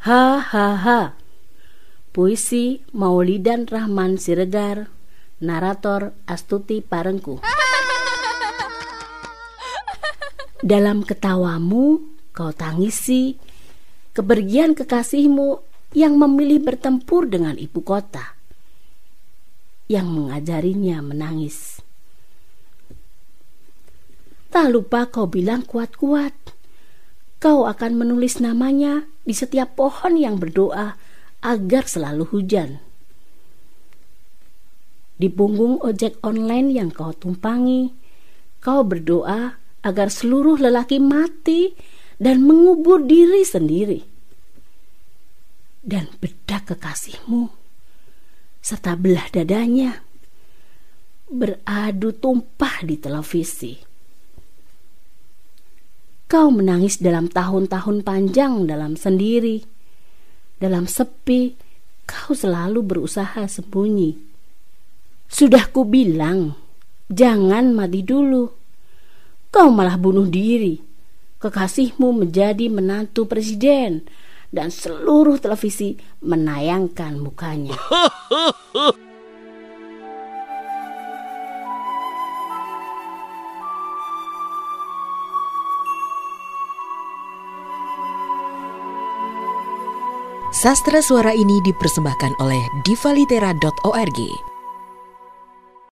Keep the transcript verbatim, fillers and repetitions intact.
Hahaha. Puisi Maulidan Rahman Siregar. Narator Astuti Parengkuh. Dalam ketawamu kau tangisi kepergian kekasihmu yang memilih bertempur dengan ibu kota, yang mengajarinya menangis. Tak lupa kau bilang kuat-kuat, kau akan menulis namanya di setiap pohon yang berdoa agar selalu hujan. Di punggung ojek online yang kau tumpangi, kau berdoa agar seluruh lelaki mati dan mengubur diri sendiri. Dan bedak kekasihmu serta belah dadanya beradu tumpah di televisi. Kau menangis dalam tahun-tahun panjang dalam sendiri. Dalam sepi, kau selalu berusaha sembunyi. Sudah kubilang, jangan mati dulu. Kau malah bunuh diri. Kekasihmu menjadi menantu presiden dan seluruh televisi menayangkan mukanya. Sastra suara ini dipersembahkan oleh diva litera dot org.